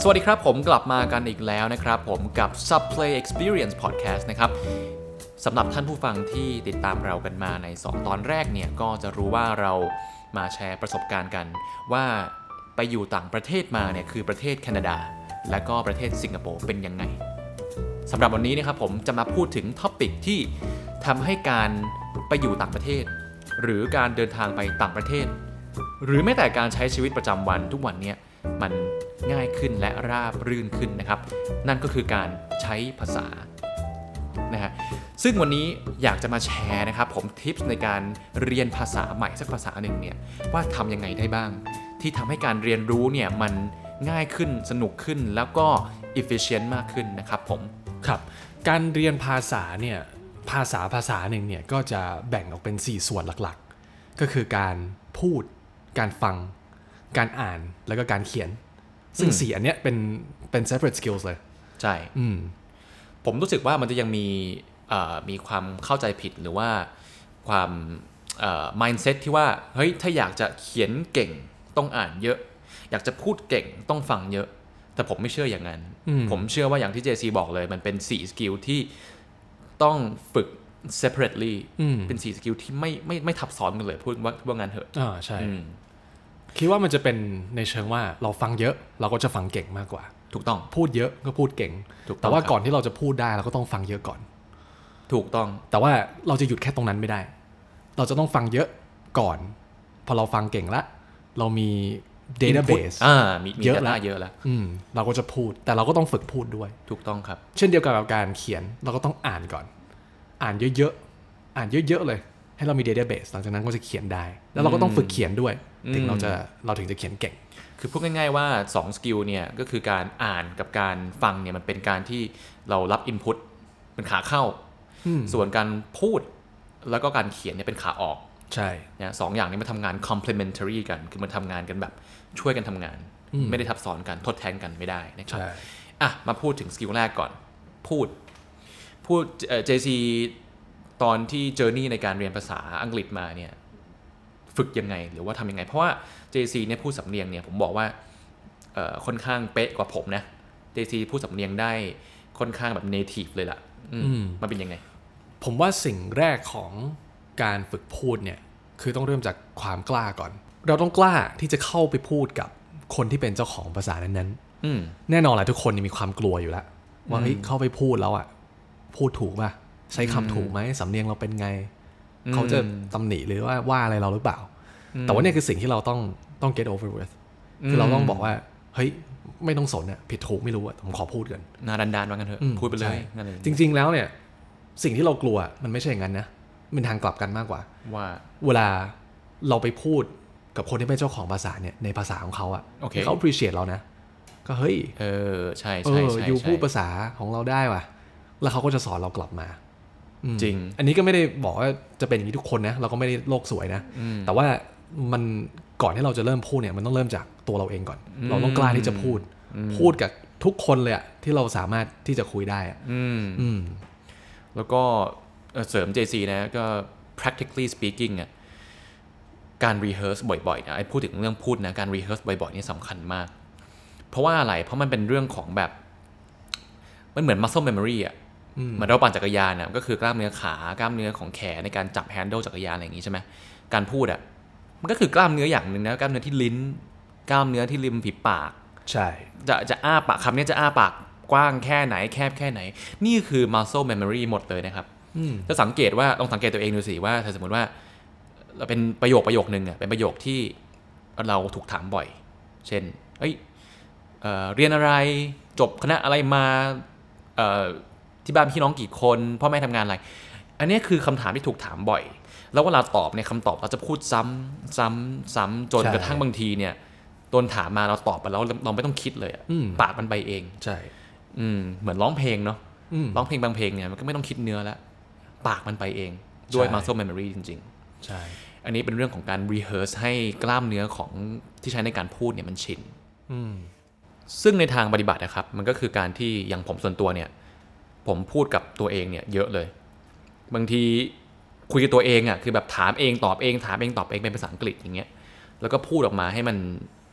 วัสดีครับผมกลับมากันอีกแล้วนะครับผมกับ Subplay Experience Podcast นะครับสำหรับท่านผู้ฟังที่ติดตามเรากันมาใน2ตอนแรกเนี่ยก็จะรู้ว่าเรามาแชร์ประสบการณ์กันว่าไปอยู่ต่างประเทศมาเนี่ยคือประเทศแคนาดาและก็ประเทศสิงคโปร์เป็นยังไงสำหรับวันนี้นะครับผมจะมาพูดถึงท็อปิกที่ทำให้การไปอยู่ต่างประเทศหรือการเดินทางไปต่างประเทศหรือแม้แต่การใช้ชีวิตประจำวันทุกวันเนี่ยมันง่ายขึ้นและราบรื่นขึ้นนะครับนั่นก็คือการใช้ภาษานะฮะซึ่งวันนี้อยากจะมาแชร์นะครับผมทิปในการเรียนภาษาใหม่สักภาษาหนึ่งเนี่ยว่าทำยังไงได้บ้างที่ทำให้การเรียนรู้เนี่ยมันง่ายขึ้นสนุกขึ้นแล้วก็ efficient มากขึ้นนะครับผมครับการเรียนภาษาเนี่ยภาษาหนึ่งเนี่ยก็จะแบ่งออกเป็น4ส่วนหลักๆก็คือการพูดการฟังการอ่านแล้วก็การเขียนซึ่ง4อันเนี้ยเป็น separate skills เลยใช่ผมรู้สึกว่ามันจะยังมีความเข้าใจผิดหรือว่าความmindset ที่ว่าเฮ้ยถ้าอยากจะเขียนเก่งต้องอ่านเยอะอยากจะพูดเก่งต้องฟังเยอะแต่ผมไม่เชื่ออย่างนั้นผมเชื่อว่าอย่างที่ JC บอกเลยมันเป็น4สกิลที่ต้องฝึก separately เป็น4สกิลที่ไม่ทับซ้อนกันเลยพูดว่างั้นเถอะใช่คิดว่ามันจะเป็นในเชิงว่าเราฟังเยอะเราก็จะฟังเก่งมากกว่าถูกต้องพูดเยอะก็พูดเก่งแต่ว่าก่อนที่เราจะพูดได้เราก็ต้องฟังเยอะก่อนถูกต้องแต่ว่าเราจะหยุดแค่ตรงนั้นไม่ได้เราจะต้องฟังเยอะก่อนพอเราฟังเก่งละเรามี database มีเยอะแล้วเราก็จะพูดแต่เราก็ต้องฝึกพูดด้วยถูกต้องครับเช่นเดียวกับการเขียนเราก็ต้องอ่านก่อนอ่านเยอะๆอ่านเยอะๆเลยให้เรามี database หลังจากนั้นก็จะเขียนได้แล้วเราก็ต้องฝึกเขียนด้วยถึงเราถึงจะเขียนเก่งคือพูดง่ายๆว่า2สกิลเนี่ยก็คือการอ่านกับการฟังเนี่ยมันเป็นการที่เรารับ input เป็นขาเข้าส่วนการพูดแล้วก็การเขียนเนี่ยเป็นขาออกใช่เนี่ย2อย่างนี้มันทำงาน complementary กันคือมันทำงานกันแบบช่วยกันทำงานไม่ได้ทับซ้อนกันทดแทนกันไม่ได้นะครับมาพูดถึงสกิลแรกก่อนพูดJC ตอนที่ journey ในการเรียนภาษาอังกฤษมาเนี่ยฝึกยังไงหรือว่าทำยังไงเพราะว่า JC เนี่ยพูดสำเนียงเนี่ยผมบอกว่าค่อนข้างเป๊ะกว่าผมนะ JC พูดสำเนียงได้ค่อนข้างแบบ native เลยล่ะมันเป็นยังไงผมว่าสิ่งแรกของการฝึกพูดเนี่ยคือต้องเริ่มจากความกล้าก่อนเราต้องกล้าที่จะเข้าไปพูดกับคนที่เป็นเจ้าของภาษานั้นๆแน่นอนแหละทุกคนมีความกลัวอยู่แล้วว่าเข้าไปพูดแล้วอ่ะพูดถูกป่ะใช้คำถูกไหมสำเนียงเราเป็นไงเขาจะตำหนิหรือว่าอะไรเราหรือเปล่าแต่ว่าเนี่ยคือสิ่งที่เราต้อง get over with คือเราต้องบอกว่าเฮ้ยไม่ต้องสนเนี่ยผิดถูกไม่รู้อะผมขอพูดกันหน้าด้านๆว่ากันเถอะพูดไปเลยจริงๆแล้วเนี่ยสิ่งที่เรากลัวมันไม่ใช่อย่างนั้นนะเป็นทางกลับกันมากกว่าเวลาเราไปพูดกับคนที่เป็นเจ้าของภาษาเนี่ยในภาษาของเขาอะเขา appreciate เรานะก็เฮ้ยใช่อยู่พูดภาษาของเราได้ว่ะแล้วเขาก็จะสอนเรากลับมาจริงอันนี้ก็ไม่ได้บอกว่าจะเป็นอย่างนี้ทุกคนนะเราก็ไม่ได้โลกสวยนะแต่ว่ามันก่อนที่เราจะเริ่มพูดเนี่ยมันต้องเริ่มจากตัวเราเองก่อนเราต้องกล้าที่จะพูดกับทุกคนเลยอะที่เราสามารถที่จะคุยได้แล้วก็เสริม JC นะก็ practically speaking อ่ะการ rehearse บ่อยๆนะไอ้พูดถึงเรื่องพูดนะการ rehearse บ่อยๆนี่สำคัญมากเพราะว่าอะไรเพราะมันเป็นเรื่องของแบบมันเหมือน muscle memory อ่ะเหมือนเราปั่นจักรยานนะก็คือกล้ามเนื้อขากล้ามเนื้อของแขนในการจับ handle จักรยานอะไรอย่างงี้ใช่ไหมการพูดอ่ะมันก็คือกล้ามเนื้ออย่างนึงนะกล้ามเนื้อที่ลิ้นกล้ามเนื้อที่ริมฝีปากใช่จะอ้าปากคำนี้จะอ้าปากกว้างแค่ไหนแคบแค่ไหนนี่คือ muscle memory หมดเลยนะครับจะสังเกตว่าลองสังเกตตัวเองดูสิว่าถ้าสมมติว่าเราเป็นประโยคนึงเนี่ยเป็นประโยคที่เราถูกถามบ่อยเช่นเรียนอะไรจบคณะอะไรมาที่บ้านพี่น้องกี่คนพ่อแม่ทำงานอะไรอันนี้คือคำถามที่ถูกถามบ่อยแล้วเวลาตอบในคำตอบเราจะพูดซ้ำจนกระทั่งบางทีเนี่ยโดนถามมาเราตอบไปแล้วเราไม่ต้องคิดเลยปากมันไปเองใช่เหมือนร้องเพลงเนาะร้องเพลงบางเพลงเนี่ยมันก็ไม่ต้องคิดเนื้อแล้วปากมันไปเองด้วย muscle memory จริงๆใช่อันนี้เป็นเรื่องของการ rehearse ให้กล้ามเนื้อของที่ใช้ในการพูดเนี่ยมันชินซึ่งในทางปฏิบัตินะครับมันก็คือการที่อย่างผมส่วนตัวเนี่ยผมพูดกับตัวเองเนี่ยเยอะเลยบางทีคุยกับตัวเองอ่ะคือแบบถามเองตอบเองถามเองตอบเองเป็นภาษาอังกฤษอย่างเงี้ยแล้วก็พูดออกมาให้มัน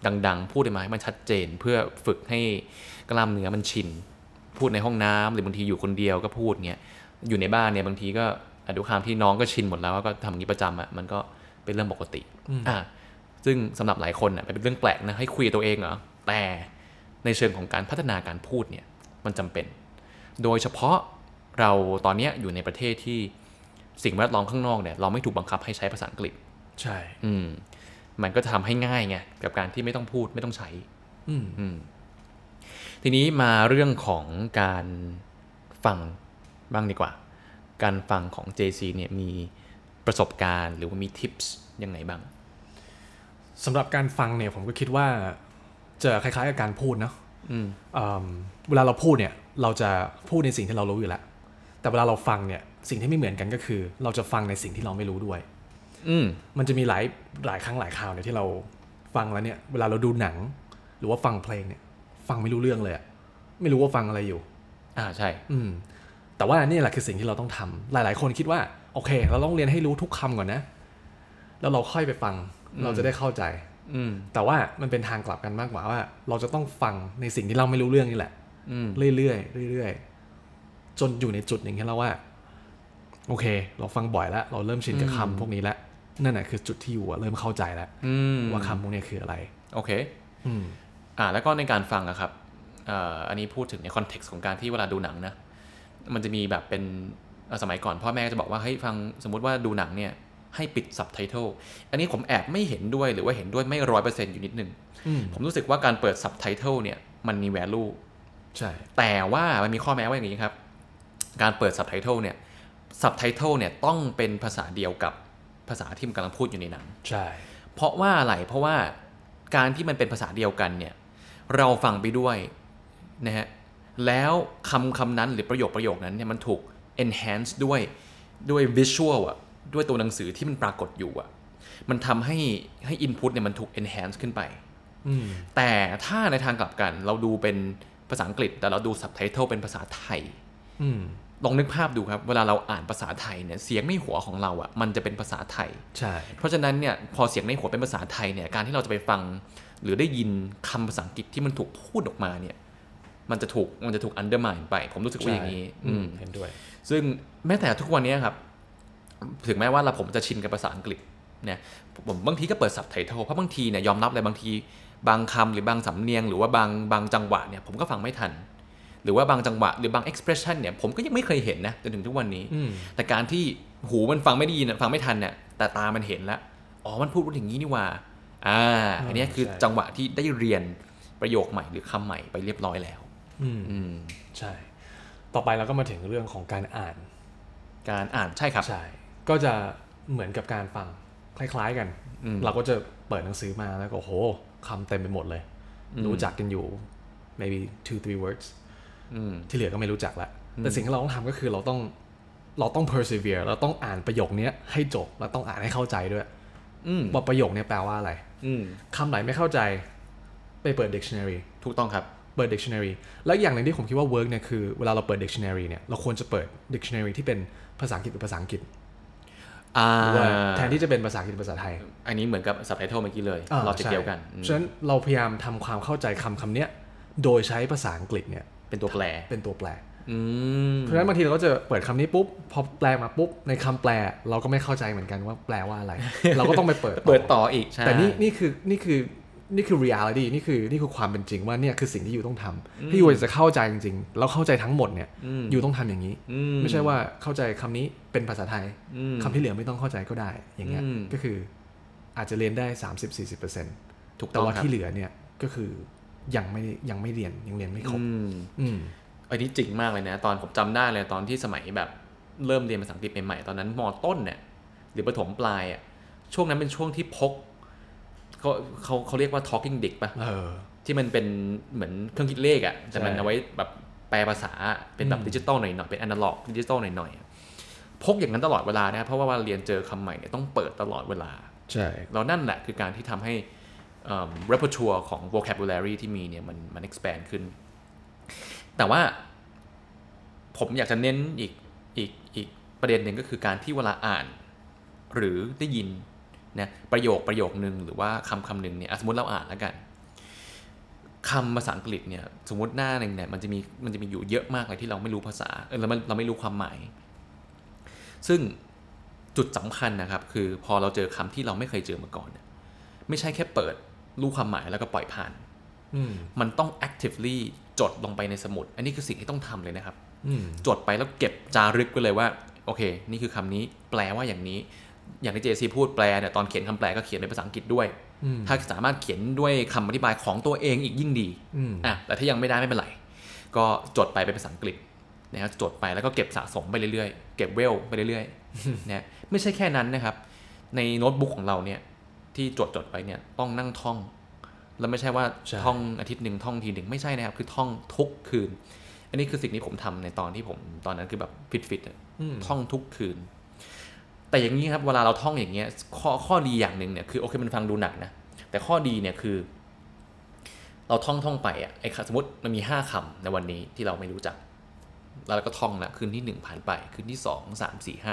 ดังๆพูดออกมาให้มันชัดเจนเพื่อฝึกให้กล้ามเนื้อมันชินพูดในห้องน้ำหรือบางทีอยู่คนเดียวก็พูดเงี้ยอยู่ในบ้านเนี่ยบางทีก็ด้วยความที่น้องก็ชินหมดแล้วก็ทำอย่างนี้ประจำอ่ะมันก็เป็นเรื่องปกติซึ่งสำหรับหลายคนเป็นเรื่องแปลกนะให้คุยกับตัวเองเหรอแต่ในเชิงของการพัฒนาการพูดเนี่ยมันจำเป็นโดยเฉพาะเราตอนนี้อยู่ในประเทศที่สิ่งแวดล้อมข้างนอกเนี่ยเราไม่ถูกบังคับให้ใช้ภาษาอังกฤษใช่มันก็จะทำให้ง่ายไงกับการที่ไม่ต้องพูดไม่ต้องใช้ทีนี้มาเรื่องของการฟังบ้างดีกว่าการฟังของ JC เนี่ยมีประสบการณ์หรือว่ามีทิปส์ยังไงบ้างสำหรับการฟังเนี่ยผมก็คิดว่าจะคล้ายๆกับการพูดเนาะเวลาเราพูดเนี่ยเราจะพูดในสิ่งที่เรารู้อยู่แล้วแต่เวลาเราฟังเนี่ยสิ่งที่ไม่เหมือนกันก็คือเราจะฟังในสิ่งที่เราไม่รู้ด้วยมันจะมีหลายครั้งหลายคราวเนี่ยที่เราฟังแล้วเนี่ยเวลาเราดูหนังหรือว่าฟังเพลงเนี่ยฟังไม่รู้เรื่องเลยไม่รู้ว่าฟังอะไรอยู่ใช่แต่ว่านี่แหละคือสิ่งที่เราต้องทำหลายๆคนคิดว่าโอเคเราต้องเรียนให้รู้ทุกคำก่อนนะแล้วเราค่อยไปฟังเราจะได้เข้าใจแต่ว่ามันเป็นทางกลับกันมากกว่าว่าเราจะต้องฟังในสิ่งที่เราไม่รู้เรื่องนี่แหละเรื่อยๆจนอยู่ในจุดหนึ่งที่เราว่าโอเคเราฟังบ่อยแล้วเราเริ่มชินกับคำพวกนี้แล้วนั่นแหละคือจุดที่อยู่เริ่มเข้าใจแล้วว่าคำพวกนี้คืออะไรโอเคแล้วก็ในการฟังอะครับอันนี้พูดถึงในคอนเท็กซ์ของการที่เวลาดูหนังนะมันจะมีแบบเป็นสมัยก่อนพ่อแม่จะบอกว่าให้ฟังสมมุติว่าดูหนังเนี่ยให้ปิดซับไตเติลอันนี้ผมแอบไม่เห็นด้วยหรือว่าเห็นด้วยไม่ 100% อยู่นิดนึงผมรู้สึกว่าการเปิดซับไตเติลเนี่ยมันมี value ใช่แต่ว่ามันมีข้อแม้ว่าอย่างนี้ครับการเปิดซับไตเติลเนี่ยซับไตเติลเนี่ยต้องเป็นภาษาเดียวกับภาษาที่มันกำลังพูดอยู่ในหนังใช่เพราะว่าอะไรเพราะว่าการที่มันเป็นภาษาเดียวกันเนี่ยเราฟังไปด้วยนะฮะแล้วคำนั้นหรือประโยคนั้นเนี่ยมันถูก enhance ด้วย visual ด้วยตัวหนังสือที่มันปรากฏอยู่มันทำให้ input เนี่ยมันถูก enhance ขึ้นไปแต่ถ้าในทางกลับกันเราดูเป็นภาษาอังกฤษแต่เราดู subtitle เป็นภาษาไทยลองนึกภาพดูครับเวลาเราอ่านภาษาไทยเนี่ยเสียงในหัวของเรามันจะเป็นภาษาไทยใช่เพราะฉะนั้นเนี่ยพอเสียงในหัวเป็นภาษาไทยเนี่ยการที่เราจะไปฟังหรือได้ยินคำภาษาอังกฤษที่มันถูกพูดออกมาเนี่ยมันจะถูก undermine ไปผมรู้สึกว่าอย่างนี้เห็นด้วยซึ่งแม้แต่ทุกวันนี้ครับถึงแม้ว่าผมจะชินกับภาษาอังกฤษเนี่ยผมบางทีก็เปิดซับไตเติลเพราะบางทีเนี่ยยอมรับเลยบางทีบางคำหรือบางสำเนียงหรือว่าบางจังหวะเนี่ยผมก็ฟังไม่ทันหรือว่าบางจังหวะหรือบาง expression เนี่ยผมก็ยังไม่เคยเห็นนะจนถึงทุกวันนี้แต่การที่หูมันฟังไม่ได้ยินฟังไม่ทันเนี่ยแต่ตามันเห็นแล้วมันพูดอย่างนี้นี่ว่าอันนี้คือจังหวะที่ได้เรียนประโยคใหม่หรือคำใหม่ไปเรียบร้อยแล้วใช่ต่อไปเราก็มาถึงเรื่องของการอ่านใช่ครับใช่ก็จะเหมือนกับการฟังคล้ายๆกันเราก็จะเปิดหนังสือมาแล้วก็โหคำเต็มไปหมดเลยรู้จักกันอยู่ maybe 2-3 words ที่เหลือก็ไม่รู้จักละแต่สิ่งที่เราต้องทำก็คือเราต้อง persevere เราต้องอ่านประโยคนี้ให้จบเราต้องอ่านให้เข้าใจด้วยว่าประโยคนี้แปลว่าอะไรคำไหนไม่เข้าใจไปเปิด dictionary ถูกต้องครับเปิด dictionary แล้วอย่างหนึ่งที่ผมคิดว่า work เนี่ยคือเวลาเราเปิด dictionary เนี่ยเราควรจะเปิด dictionary ที่เป็นภาษาอังกฤษหรือภาษาอังกฤษแทนที่จะเป็นภาษาอังกฤษภาษาไทยอันนี้เหมือนกับซับไตเติลเมื่อกี้เลยลอจิกเดียวกันฉะนั้นเราพยายามทำความเข้าใจคำนี้โดยใช้ภาษาอังกฤษเนี่ยเป็นตัวแปลเพราะฉะนั้นบางทีเราก็จะเปิดคำนี้ปุ๊บพอแปลมาปุ๊บในคำแปลเราก็ไม่เข้าใจเหมือนกันว่าแปลว่าอะไร เราก็ต้องไปเปิดต่ออีกแต่นี่คือ reality นี่คือความเป็นจริงว่าเนี่ยคือสิ่งที่อยู่ต้องทำที่อยู่จะเข้าใจจริงๆแล้วเข้าใจทั้งหมดเนี่ยอยู่ต้องทำอย่างนี้ไม่ใช่ว่าเข้าใจคำนี้เป็นภาษาไทยคำที่เหลือไม่ต้องเข้าใจก็ได้อย่างเงี้ยก็คืออาจจะเรียนได้ 30-40% ถูกต้องแต่ว่าที่เหลือเนี่ยก็คือยังไม่เรียนยังเรียนไม่ครบอันนี้จริงมากเลยนะตอนผมจำได้เลยตอนที่สมัยแบบเริ่มเรียนภาษาอังกฤษใหม่ๆตอนนั้นม.ต้นเนี่ยหรือประถมปลายช่วงนั้นเป็นช่วงที่พกเขาเรียกว่า talking dict ป่ะที่มันเป็นเหมือนเครื่องคิดเลขแต่มันเอาไว้แบบแปลภาษาเป็นแบบดิจิตอลหน่อยๆเป็นอนาล็อกดิจิตอลหน่อยๆพกอย่างนั้นตลอดเวลานะเพราะว่าเรียนเจอคำใหม่เนี่ยต้องเปิดตลอดเวลาใช่แล้วนั่นแหละคือการที่ทำให้ repertoire ของ vocabulary ที่มีเนี่ยมัน expand ขึ้นแต่ว่าผมอยากจะเน้นอีกประเด็นหนึ่งก็คือการที่เวลาอ่านหรือได้ยินนะประโยคนึงหรือว่าคำนึงเนี่ยสมมติเราอ่านแล้วกันคำภาษาอังกฤษเนี่ยสมมติหน้าหนึ่งเนี่ยมันจะมีอยู่เยอะมากเลยที่เราไม่รู้ภาษาเราไม่รู้ความหมายซึ่งจุดสำคัญนะครับคือพอเราเจอคำที่เราไม่เคยเจอมาก่อนเนี่ยไม่ใช่แค่เปิดรู้ความหมายแล้วก็ปล่อยผ่านมันต้อง actively จดลงไปในสมุดอันนี้คือสิ่งที่ต้องทำเลยนะครับจดไปแล้วเก็บจารึกไว้เลยว่าโอเคนี่คือคำนี้แปลว่าอย่างนี้อย่างที่ JC พูดแปลเนี่ยตอนเขียนคำแปลก็เขียนเป็นภาษาอังกฤษด้วยถ้าสามารถเขียนด้วยคำอธิบายของตัวเองอีกยิ่งดีแต่ถ้ายังไม่ได้ไม่เป็นไรก็จดไปเป็นภาษาอังกฤษนะครับจดไปแล้วก็เก็บสะสมไปเรื่อยๆเก็บเวลไปเรื่อยๆนะไม่ใช่แค่นั้นนะครับในโน้ตบุ๊กของเราเนี่ยที่จดไปเนี่ยต้องนั่งท่องแล้วไม่ใช่ว่าท่องอาทิตย์นึงท่องทีนึงไม่ใช่นะครับคือท่องทุกคืนอันนี้คือสิ่งที่ผมทำในตอนที่ผมตอนนั้นคือแบบฟิตท่องทุกคืนแต่อย่างนี้ครับเวลาเราท่องอย่างเงี้ยข้อดีอย่างหนึ่งเนี่ยคือโอเคมันฟังดูหนักนะแต่ข้อดีเนี่ยคือเราท่องไปอ่ะไอ้สมมติมันมี5คำในวันนี้ที่เราไม่รู้จักแล้วเราก็ท่องละคืนที่1ผ่านไปคืนที่2 3 4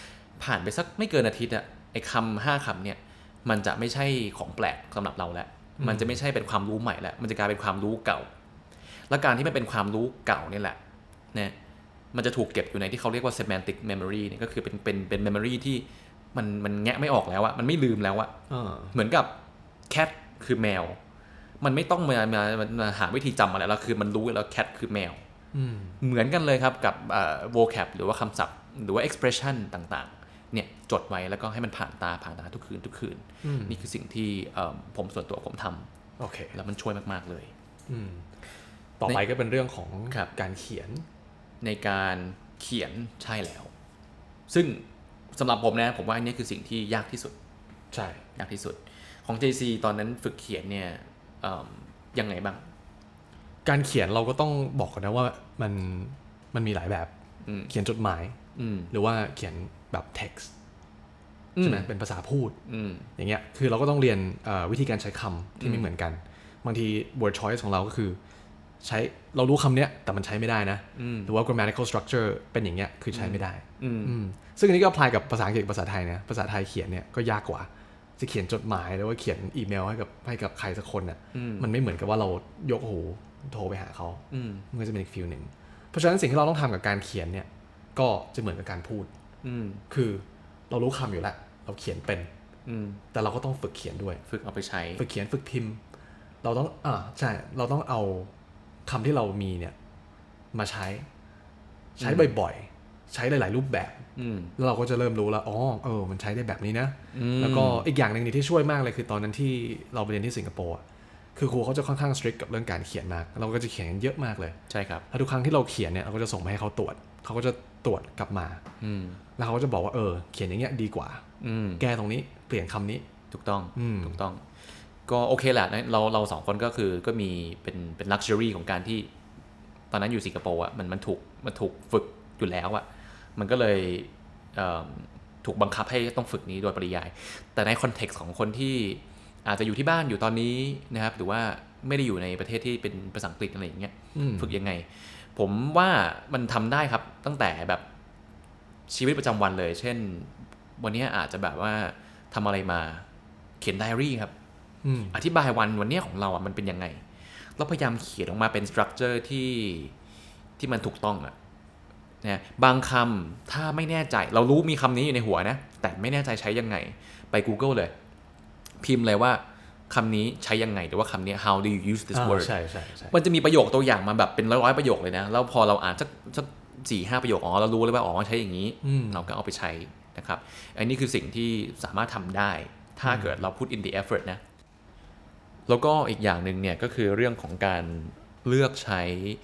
5ผ่านไปสักไม่เกินอาทิตย์อ่ะไอ้คำ5คำเนี่ยมันจะไม่ใช่ของแปลกสำหรับเราแล้วมันจะไม่ใช่เป็นความรู้ใหม่แล้วมันจะกลายเป็นความรู้เก่าและการที่มันเป็นความรู้เก่านี่แหละเนี่ยมันจะถูกเก็บอยู่ในที่เขาเรียกว่า semantic memory เนี่ยก็คือเป็น memory ที่มันแงะไม่ออกแล้วอะมันไม่ลืมแล้วอะเหมือนกับ cat คือแมวมันไม่ต้องมาหาวิธีจำอะไรแล้วคือมันรู้แล้ว cat คือแมวเหมือนกันเลยครับกับvocab หรือว่าคำศัพท์หรือว่า expression ต่างๆเนี่ยจดไว้แล้วก็ให้มันผ่านตาทุกคืนนี่คือสิ่งที่ผมส่วนตัวผมทำโอเคแล้วมันช่วยมากๆเลยต่อไปก็เป็นเรื่องของการเขียนในการเขียนใช่แล้วซึ่งสำหรับผมนะผมว่าอันนี้คือสิ่งที่ยากที่สุดใช่ยากที่สุดของ JC ตอนนั้นฝึกเขียนเนี่ยยังไงบ้างการเขียนเราก็ต้องบอกก่อนนะว่ามันมีหลายแบบเขียนจดหมายหรือว่าเขียนแบบ text ใช่ไหมเป็นภาษาพูดอย่างเงี้ยคือเราก็ต้องเรียนวิธีการใช้คำที่ไม่เหมือนกันบางที word choice ของเราก็คือใช้เรารู้คำเนี้ยแต่มันใช้ไม่ได้นะหรือว่า grammatical structure เป็นอย่างเงี้ยคือใช้ไม่ได้ซึ่งอันนี้ก็ apply กับภาษาอังกฤษภาษาไทยนะภาษาไทยเขียนเนี่ยก็ยากกว่าจะเขียนจดหมายหรือว่าเขียนอีเมลให้กับใครสักคนน่ะมันไม่เหมือนกับว่าเรายกหูโทรไปหาเขามันก็จะเป็นอีกฟีลหนึ่งเพราะฉะนั้นสิ่งที่เราต้องทำกับการเขียนเนี่ยก็จะเหมือนกับการพูดคือเรารู้คำอยู่แล้วเราเขียนเป็นแต่เราก็ต้องฝึกเขียนด้วยฝึกเอาไปใช้ฝึกเขียนฝึกพิมพ์เราต้องใช่เราต้องเอาคำที่เรามีเนี่ยมาใช้บ่อยๆใช้หลายๆรูปแบบแล้วเราก็จะเริ่มรู้แล้วมันใช้ได้แบบนี้นะแล้วก็อีกอย่างหนึ่งที่ช่วยมากเลยคือตอนนั้นที่เราไปเรียนที่สิงคโปร์คือครูเขาจะค่อนข้าง strict กับเรื่องการเขียนมากเราก็จะเขียนเยอะมากเลยใช่ครับแล้วทุกครั้งที่เราเขียนเนี่ยเราก็จะส่งไปให้เขาตรวจเขาก็จะตรวจกลับมาแล้วเขาก็จะบอกว่าเขียนอย่างเงี้ยดีกว่าแก้ตรงนี้เปลี่ยนคำนี้ถูกต้องก็โอเคแหละเราสองคนก็คือก็มีเป็น luxury ของการที่ตอนนั้นอยู่สิงคโปร์มันถูกฝึกอยู่แล้วมันก็เลยถูกบังคับให้ต้องฝึกนี้โดยปริยายแต่ในคอนเท็กซ์ของคนที่อาจจะอยู่ที่บ้านอยู่ตอนนี้นะครับหรือว่าไม่ได้อยู่ในประเทศที่เป็นภาษาอังกฤษอะไรอย่างเงี้ยฝึกยังไงผมว่ามันทำได้ครับตั้งแต่แบบชีวิตประจำวันเลยเช่นวันนี้อาจจะแบบว่าทำอะไรมาเขียนไดอารี่ครับอธิบายวันนี้ของเรามันเป็นยังไงแล้วพยายามเขียนออกมาเป็นสตรัคเจอร์ที่มันถูกต้องนะบางคำถ้าไม่แน่ใจเรารู้มีคำนี้อยู่ในหัวนะแต่ไม่แน่ใจใช้ยังไงไป Google เลยพิมพ์เลยว่าคำนี้ใช้ยังไงหรือว่าคำนี้ how do you use this word ใช่มันจะมีประโยคตัวอย่างมาแบบเป็นร้อยประโยคเลยนะแล้วพอเราอ่านสัก 4-5 ประโยคเรารู้เลยว่าใช้อย่างนี้เราก็เอาไปใช้นะครับอันนี้คือสิ่งที่สามารถทำได้ถ้าเกิดเรา put in the effort นะแล้วก็อีกอย่างหนึ่งเนี่ยก็คือเรื่องของการเลือกใช้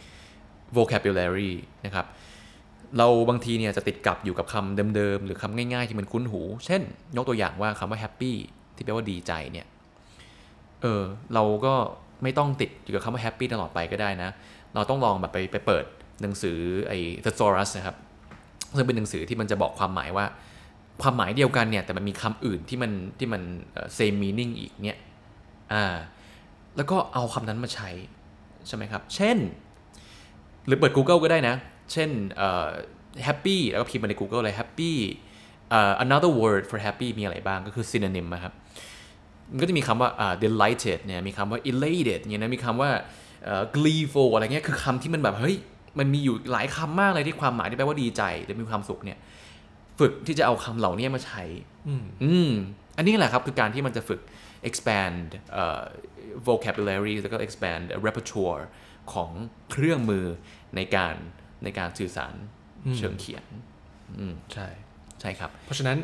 vocabulary นะครับเราบางทีเนี่ยจะติดกับอยู่กับคำเดิมๆหรือคำง่ายๆที่มันคุ้นหูเช่นยกตัวอย่างว่าคำว่า happy ที่แปลว่าดีใจเนี่ยเราก็ไม่ต้องติดอยู่กับคำว่า happy ตลอดไปก็ได้นะเราต้องลองแบบไปเปิดหนังสือไอ้ Thesaurus นะครับซึ่งเป็นหนังสือที่มันจะบอกความหมายว่าความหมายเดียวกันเนี่ยแต่มันมีคำอื่นที่มันsame meaning อีกเนี่ยแล้วก็เอาคำนั้นมาใช้ใช่ไหมครับเช่นหรือเปิด Google ก็ได้นะเช่นhappy แล้วก็พิมพ์มาใน Google เลย happy another word for happy มีอะไรบ้างก็คือ synonym นะครับมันก็จะมีคำว่า delighted เนี่ยมีคำว่า elated เนี่ยนะมีคำว่าgleeful อะไรเงี้ยคือคำที่มันแบบเฮ้ยมันมีอยู่หลายคำมากเลยที่ความหมายที่แปลว่าดีใจหรือมีความสุขเนี่ยฝึกที่จะเอาคำเหล่านี้มาใช้อันนี้แหละครับคือการที่มันจะฝึก expand vocabulary แล้วก็ expand repertoire ของเครื่องมือในการสื่อสารเชิงเขียนใช่ใช่ครับเพราะฉะนั้น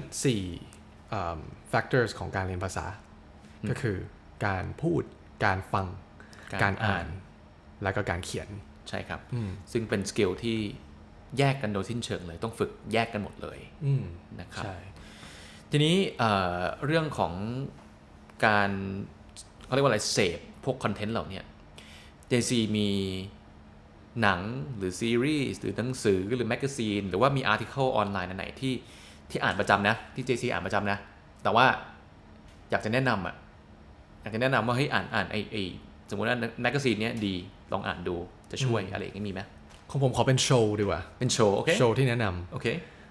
4 factors ของการเรียนภาษาก็คือการพูดการฟังการอ่านและก็การเขียนใช่ครับซึ่งเป็นสกิลที่แยกกันโดยสิ้นเชิงเลยต้องฝึกแยกกันหมดเลยนะครับทีนี้เรื่องของการเขาเรียกว่าอะไรเสพพวกคอนเทนต์เหล่านี้ JC มีหนังหรือซีรีส์หรือหนังสือหรือแมกกาซีนหรือว่ามีอาร์ติเคิลออนไลน์ไหนที่อ่านประจำนะที่ JC อ่านประจำนะแต่ว่าอยากจะแนะนำว่าเฮ้ยอ่านไอสมมติว่าแมกกาซีนเนี้ยดีลองอ่านดูจะช่วยอะไรอย่างนี้มีไหมของผมขอเป็นโชว์ดีกว่าเป็นโชว์โอเคโชว์ที่แนะนำโอเค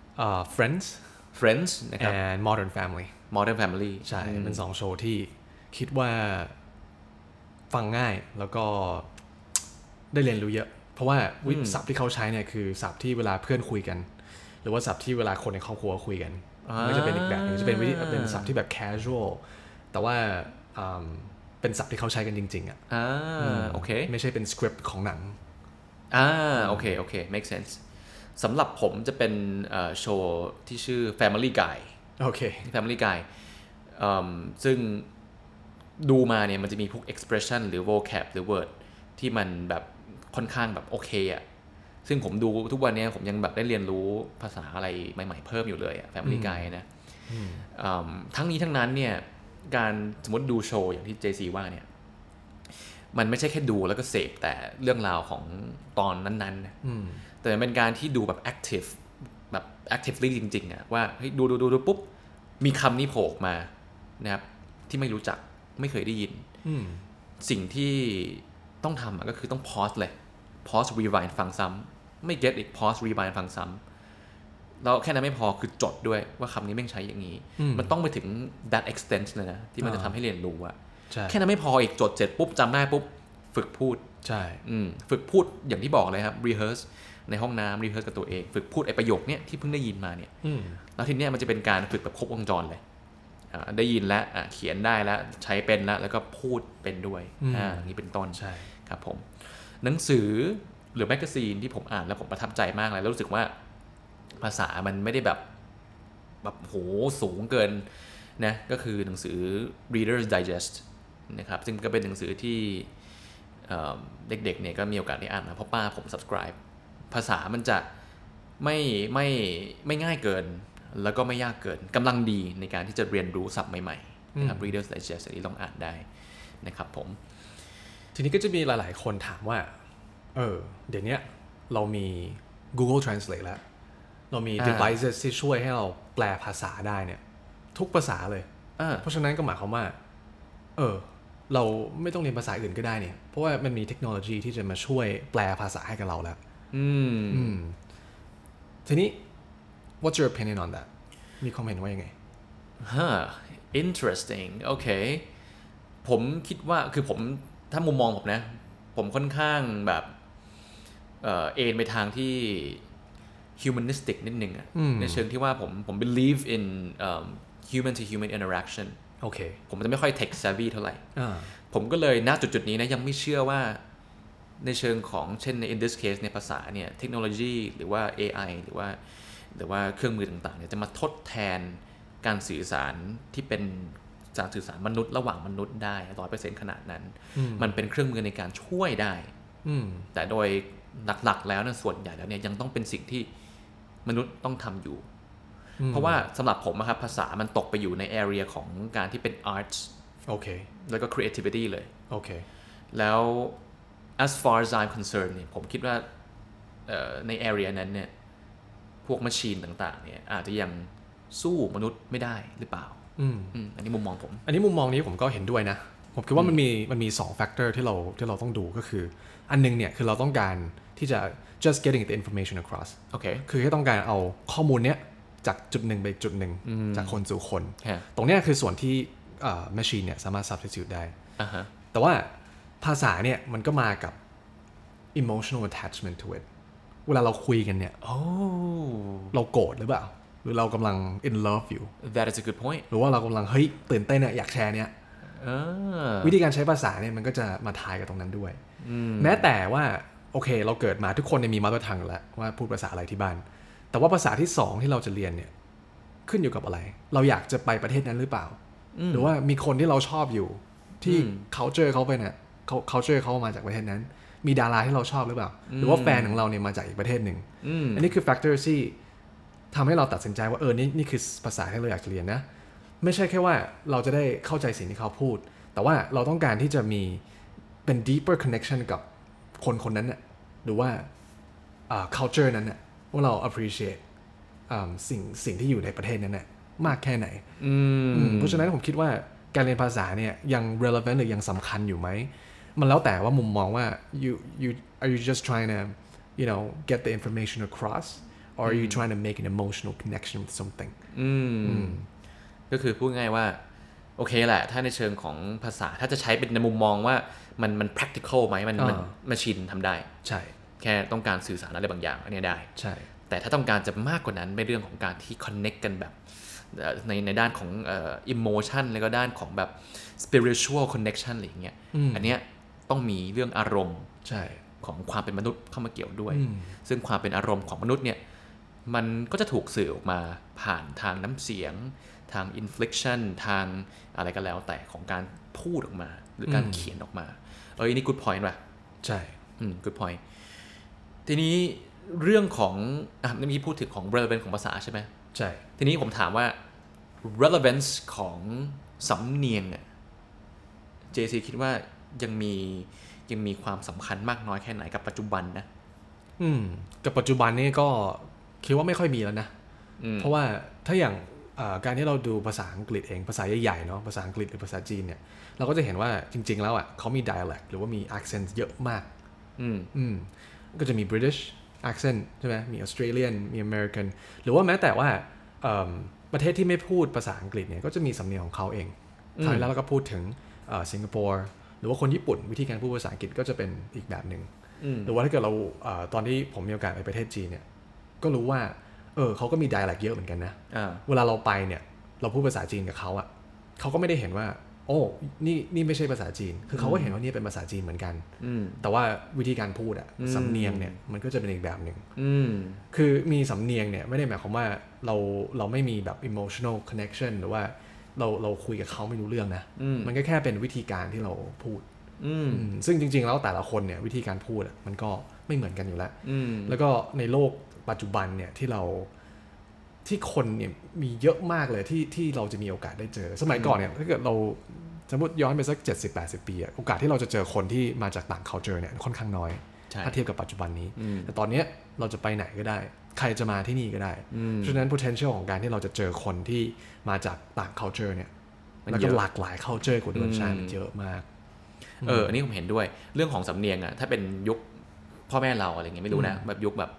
Friends นะครับ and Modern Family ใช่เป็น2โชว์ที่คิดว่าฟังง่ายแล้วก็ได้เรียนรู้เยอะเพราะว่าศัพท์ที่เขาใช้เนี่ยคือศัพท์ที่เวลาเพื่อนคุยกันหรือว่าศัพท์ที่เวลาคนในครอบครัวคุยกันมันจะเป็นอีกแบบนึงจะเป็นศัพท์ที่แบบ casual แต่ว่าเป็นศัพท์ที่เขาใช้กันจริงๆอ่ะโอเคไม่ใช่เป็นสคริปต์ของหนังโอเค make sense สำหรับผมจะเป็นโชว์ที่ชื่อ Family Guy โอเค Family Guy ซึ่งดูมาเนี่ยมันจะมีพวก expression หรือ vocab หรือ word ที่มันแบบค่อนข้างแบบโอเคอ่ะซึ่งผมดูทุกวันนี้ผมยังแบบได้เรียนรู้ภาษาอะไรใหม่ๆเพิ่มอยู่เลยอ่ะ Family Guy นะทั้งนี้ทั้งนั้นเนี่ยการสมมติดูโชว์อย่างที่ JC ว่าเนี่ยมันไม่ใช่แค่ดูแล้วก็เสพแต่เรื่องราวของตอนนั้นๆแต่เป็นการที่ดูแบบ actively จริงๆอ่ะว่าเฮ้ยดูปุ๊บมีคำนี้โผล่มานะครับที่ไม่รู้จักไม่เคยได้ยินสิ่งที่ต้องทำก็คือต้อง pause เลย pause rewind ฟังซ้ำไม่ get อีก pause rewind ฟังซ้ำแล้วแค่นั้นไม่พอคือจดด้วยว่าคำนี้แม่งใช้อย่างนี้มันต้องไปถึง that extent เลยนะที่มันจะทำให้เรียนรู้อะแค่นั้นไม่พออีกจดเสร็จปุ๊บจำได้ปุ๊บฝึกพูดใช่ฝึกพูดอย่างที่บอกเลยครับ rehearse ในห้องน้ำ rehearse กับตัวเองฝึกพูดไอ้ประโยคเนี้ยที่เพิ่งได้ยินมาเนี่ยแล้วทีเนี้ยมันจะเป็นการฝึกแบบครบวงจรเลยได้ยินแล้วเขียนได้แล้วใช้เป็นแล้วก็พูดเป็นด้วยอย่างนี้เป็นต้นใช่ครับผมหนังสือหรือแมกกาซีนที่ผมอ่านแล้วผมประทับใจมากเลยแล้วรู้สึกว่าภาษามันไม่ได้แบบโหสูงเกินนะก็คือหนังสือ Reader's Digest นะครับซึ่งก็เป็นหนังสือที่เด็กๆเนี่ยก็มีโอกาสได้อ่านมาเพราะป้าผม subscribe ภาษามันจะไม่ง่ายเกินแล้วก็ไม่ยากเกินกำลังดีในการที่จะเรียนรู้ศัพท์ใหม่ๆนะครับ Reader's Digest อันนี้ลองอ่านได้นะครับผมทีนี้ก็จะมีหลายๆคนถามว่าเดี๋ยวนี้เรามี Google Translate แล้วเรามี devices ที่ช่วยให้เราแปลภาษาได้เนี่ยทุกภาษาเลยเพราะฉะนั้นก็หมายความว่าเราไม่ต้องเรียนภาษาอื่นก็ได้เนี่ยเพราะว่ามันมีเทคโนโลยีที่จะมาช่วยแปลภาษาให้กับเราแล้วทีนี้ what's your opinion on that มีความเห็นว่ายังไง interesting โอเคผมคิดว่าคือผมถ้ามุมมองผมนะผมค่อนข้างแบบเอ็นไปทางที่ humanistic นิดนึงในเชิงที่ว่าผม believe in human to human interaction โอเคผมจะไม่ค่อย tech savvy เท่าไหร่ผมก็เลยณจุดๆนี้นะยังไม่เชื่อว่าในเชิงของเช่นใน in this case ในภาษาเนี่ยเทคโนโลยีหรือว่า AI หรือว่าเครื่องมือต่างๆเนี่ยจะมาทดแทนการสื่อสารที่เป็นการสื่อสารมนุษย์ระหว่างมนุษย์ได้ 100% ขนาดนั้นมันเป็นเครื่องมือในการช่วยได้แต่โดยหลักๆแล้วนะส่วนใหญ่แล้วเนี่ยยังต้องเป็นสิ่งที่มนุษย์ต้องทำอยู่เพราะว่าสำหรับผมนะครับภาษามันตกไปอยู่ใน area ของการที่เป็น arts โอเคแล้วก็ creativity เลยโอเคแล้ว as far as I'm concerned เนี่ยผมคิดว่าใน area นั้นเนี่ยพวก machine ต่างๆเนี่ยอาจจะยังสู้มนุษย์ไม่ได้หรือเปล่าอันนี้มุมมองผมอันนี้มุมมองนี้ผมก็เห็นด้วยนะผมคิดว่ามันมี2 factor ที่เราต้องดูก็คืออันนึงเนี่ยคือเราต้องการที่จะ just getting the information across โอเคคือให้ต้องการเอาข้อมูลเนี้ยจากจุดหนึ่งไปจุดหนึ่งจากคนสู่คนตรงเนี้ยคือส่วนที่ machine เนี่ยสามารถ substitute ได้ uh-huh. แต่ว่าภาษาเนี่ยมันก็มากับ emotional attachment to it เวลาเราคุยกันเนี่ย เราโกรธหรือเปล่าหรือเรากำลัง in love อยู่ That is a good point หรือว่าเรากำลังเฮ้ยตื่นเต้นเนี่ยอยากแชร์เนี่ยวิธีการใช้ภาษาเนี่ยมันก็จะมาทายกับตรงนั้นด้วยแม้แต่ว่าโอเคเราเกิดมาทุกคนมี mother tongue แล้วว่าพูดภาษาอะไรที่บ้านแต่ว่าภาษาที่2ที่เราจะเรียนเนี่ยขึ้นอยู่กับอะไรเราอยากจะไปประเทศนั้นหรือเปล่าหรือว่ามีคนที่เราชอบอยู่ที่ culture เขาไปเนี่ยculture เขามาจากประเทศนั้นมีดาราที่เราชอบหรือเปล่าหรือว่าแฟนของเราเนี่ยมาจากอีกประเทศหนึ่งอันนี้คือ factor ที่ทำให้เราตัดสินใจว่านี่คือภาษาที่เราอยากจะเรียนนะไม่ใช่แค่ว่าเราจะได้เข้าใจสิ่งที่เขาพูดแต่ว่าเราต้องการที่จะมีเป็น deeper connection กับคนคนนั้นน่ะหรือว่าculture นั้นน่ะว่าเรา appreciate สิ่งที่อยู่ในประเทศนั้นน่ะมากแค่ไหนเพราะฉะนั้นผมคิดว่าการเรียนภาษาเนี่ยยัง relevant หรือยังสำคัญอยู่ไหมมันแล้วแต่ว่ามุมมองว่า you are you just trying to get the information across or are you trying to make an emotional connection with something ก็คือพูดง่ายว่าโอเคแหละถ้าในเชิงของภาษาถ้าจะใช้เป็นในมุมมองว่ามัน practical ไหมมันชินทำได้ใช่แค่ต้องการสื่อสารอะไรบางอย่างอันนี้ได้ใช่แต่ถ้าต้องการจะมากกว่านั้นเป็นเรื่องของการที่ connect กันแบบในด้านของemotion แล้วก็ด้านของแบบ spiritual connection อะไรอย่างเงี้ยอันเนี้ยต้องมีเรื่องอารมณ์ของความเป็นมนุษย์เข้ามาเกี่ยวด้วยซึ่งความเป็นอารมณ์ของมนุษย์เนี่ยมันก็จะถูกสื่อออกมาผ่านทางน้ำเสียงทาง inflection ทางอะไรก็แล้วแต่ของการพูดออกมาหรือการเขียนออกมานี่ good point ป่ะใช่ good point ทีนี้เรื่องของเมื่อกี้พูดถึงของ relevance ของภาษาใช่ไหมใช่ทีนี้ผมถามว่า relevance ของสำเนียงเนี่ย JC คิดว่ายังมีความสำคัญมากน้อยแค่ไหนกับปัจจุบันนะกับปัจจุบันนี่ก็คิดว่าไม่ค่อยมีแล้วนะเพราะว่าถ้าอย่างการที่เราดูภาษาอังกฤษเองภาษาใหญ่ๆเนาะภาษาอังกฤษหรือภาษาจีนเนี่ยเราก็จะเห็นว่าจริงๆแล้วเขามี dialect หรือว่ามี accent เยอะมากก็จะมี British accent ใช่ไหมมี Australian มี American หรือว่าแม้แต่ว่าประเทศที่ไม่พูดภาษาอังกฤษเนี่ยก็จะมีสำเนียงของเขาเองคราวนี้แล้วเราก็พูดถึงสิงคโปร์หรือว่าคนญี่ปุ่นวิธีการพูดภาษาอังกฤษก็จะเป็นอีกแบบหนึ่งหรือว่าถ้าเกิดเราตอนที่ผมมีโอกาสไปประเทศจีนเนี่ยก็รู้ว่าเขาก็มี dialect เยอะเหมือนกันนะเวลาเราไปเนี่ยเราพูดภาษาจีนกับเขาอ่ะเขาก็ไม่ได้เห็นว่าโอ้นี่ไม่ใช่ภาษาจีนคือเขาก็เห็นว่านี่เป็นภาษาจีนเหมือนกันแต่ว่าวิธีการพูดอ่ะสำเนียงเนี่ยมันก็จะเป็นอีกแบบหนึ่งคือมีสำเนียงเนี่ยไม่ได้หมายความว่าเราไม่มีแบบ emotional connection หรือว่าเราคุยกับเขาไม่รู้เรื่องนะมันก็แค่เป็นวิธีการที่เราพูดซึ่งจริงๆแล้วแต่ละคนเนี่ยวิธีการพูดมันก็ไม่เหมือนกันอยู่แล้วแล้วก็ในโลกปัจจุบันเนี่ยที่คนเนี่ยมีเยอะมากเลยที่เราจะมีโอกาสได้เจอสมัยก่อนเนี่ยถ้าเกิดเราสมมติย้อนไปสัก 70-80 ปีโอกาสที่เราจะเจอคนที่มาจากต่าง culture เนี่ยค่อนข้างน้อยถ้าเทียบกับปัจจุบันนี้แต่ตอนนี้เราจะไปไหนก็ได้ใครจะมาที่นี่ก็ได้เพราะฉะนั้น potential ของการที่เราจะเจอคนที่มาจากต่าง culture เนี่ยแล้วก็หลากหลาย culture กว่าด้วยใช่มันเยอะมากอันนี้ผมเห็นด้วยเรื่องของสำเนียงอ่ะถ้าเป็นยุคพ่อแม่เราอะไรเงี้ยไม่รู้นะแบบยุคแบบ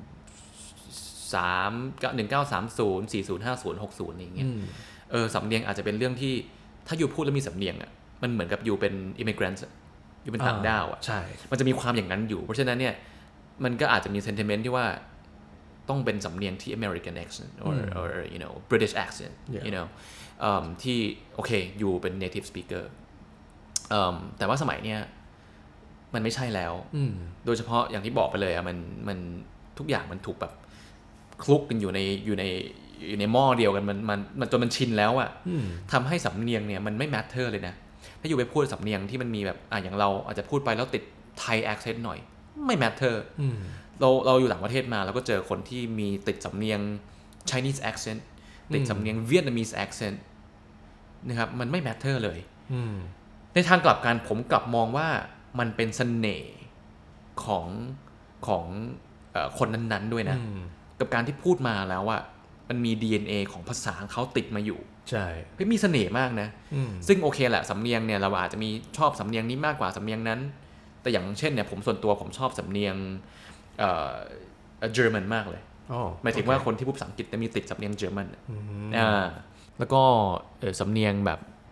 1930 40 50 60อะไรอย่างเงี้ยสำเนียงอาจจะเป็นเรื่องที่ถ้าอยู่พูดแล้วมีสำเนียงอ่ะมันเหมือนกับอยู่เป็น immigrant อยู่เป็นต่างด้าวอ่ะใช่มันจะมีความอย่างนั้นอยู่เพราะฉะนั้นเนี่ยมันก็อาจจะมี sentiment ที่ว่าต้องเป็นสำเนียงที่ American accent or British accentที่โอเคอยู่เป็น native speaker แต่ว่าสมัยเนี้ยมันไม่ใช่แล้วโดยเฉพาะอย่างที่บอกไปเลยอ่ะมันทุกอย่างมันถูกแบบคลุกกันอยู่ในหม้อเดียวกันมันจนมันชินแล้วอ่ะทำให้สำเนียงเนี่ยมันไม่ matter เลยนะถ้าอยู่ไปพูดสำเนียงที่มันมีแบบอย่างเราอาจจะพูดไปแล้วติดไทย accent หน่อยไม่ matter เราอยู่ต่างประเทศมาเราก็เจอคนที่มีติดสำเนียง Chinese accent ติดสำเนียง Vietnamese accent นะครับมันไม่ matter เลยในทางกลับกันผมกลับมองว่ามันเป็นเสน่ห์ของคนนั้นๆด้วยนะกับการที่พูดมาแล้วว่ามันมี DNA ของภาษาเขาติดมาอยู่ใช่มีเสน่ห์มากนะซึ่งโอเคแหละสำเนียงเนี่ยเราอาจจะมีชอบสำเนียงนี้มากกว่าสำเนียงนั้นแต่อย่างเช่นเนี่ยผมส่วนตัวผมชอบสำเนียงเยอรมันมากเลยหมายถึงว่าคนที่พูดภาษาอังกฤษจะมีติดสำเนียงเยอรมันแล้วก็สำเนียงแบบ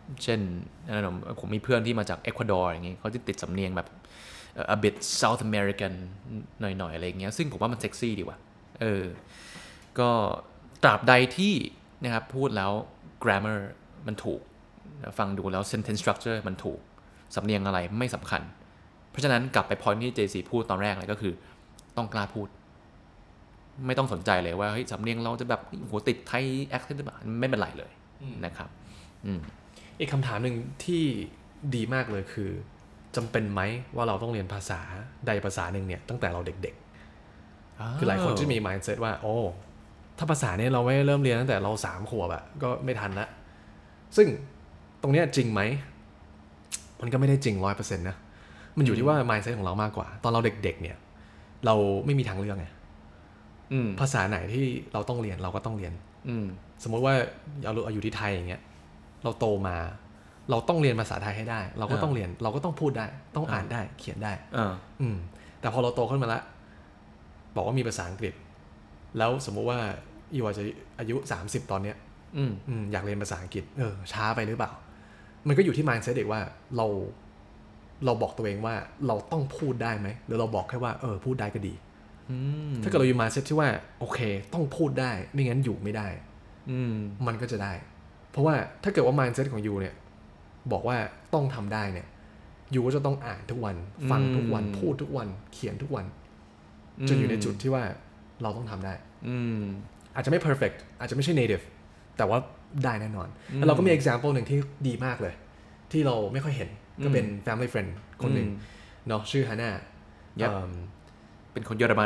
เช่นผมมีเพื่อนที่มาจากเอกวาดอร์อย่างเงี้ยเขาจะติดสำเนียงแบบa bit South American หน่อยๆอะไรอย่างเงี้ยซึ่งผมว่ามันเซ็กซี่ดีว่ะก็ตราบใดที่นะครับพูดแล้ว grammar มันถูกฟังดูแล้ว sentence structure มันถูกสำเนียงอะไรไม่สำคัญเพราะฉะนั้นกลับไป point ที่ JC พูดตอนแรกเลยก็คือต้องกล้าพูดไม่ต้องสนใจเลยว่าเฮ้ยสำเนียงเราจะแบบหัวติดไทย accent ไม่เป็นไรเลยนะครับอีกคำถามหนึ่งที่ดีมากเลยคือจำเป็นไหมว่าเราต้องเรียนภาษาใดภาษาหนึ่งเนี่ยตั้งแต่เราเด็กๆคือหลายคนจะมี mindset ว่าโอ้ถ้าภาษาเนี่ยเราไม่เริ่มเรียนตั้งแต่เรา3 ขวบอะก็ไม่ทันละซึ่งตรงเนี้ยจริงไหมมันก็ไม่ได้จริง 100% นะมันอยู่ที่ว่า mindset ของเรามากกว่าตอนเราเด็กๆเนี่ยเราไม่มีทางเลือกไงภาษาไหนที่เราต้องเรียนเราก็ต้องเรียนสมมติว่าเราอยู่ที่ไทยอย่างเงี้ยเราโตมาเราต้องเรียนภาษาไทยให้ได้เราก็ต้องเรียนเราก็ต้องพูดได้ต้องอ่านได้เขียนได้แต่พอเราโตขึ้นมาแล้วบอกว่ามีภาษาอังกฤษแล้วสมมุติว่าอยู่อาจจะอายุ30ตอนเนี้ยอยากเรียนภาษาอังกฤษช้าไปหรือเปล่ามันก็อยู่ที่ mindset เด็กว่าเราบอกตัวเองว่าเราต้องพูดได้ไหมหรือเราบอกแค่ว่าพูดได้ก็ดีถ้าเกิดเราอยู่ mindset ที่ว่าโอเคต้องพูดได้ไม่งั้นอยู่ไม่ได้มันก็จะได้เพราะว่าถ้าเกิดว่า mindset ของยูเนี่ยบอกว่าต้องทำได้เนี่ยยูก็จะต้องอ่านทุกวันฟังทุกวันพูดทุกวันเขียนทุกวันจนอยู่ในจุดที่ว่าเราต้องทำได้อาจจะไม่ perfect อาจจะไม่ใช่ native แต่ว่าได้แน่นอนแล้วเราก็มี example หนึ่งที่ดีมากเลยที่เราไม่ค่อยเห็นก็เป็น family friend คนหนึ่งเนาะชื่อฮาน่าเป็นคนเยอรมัน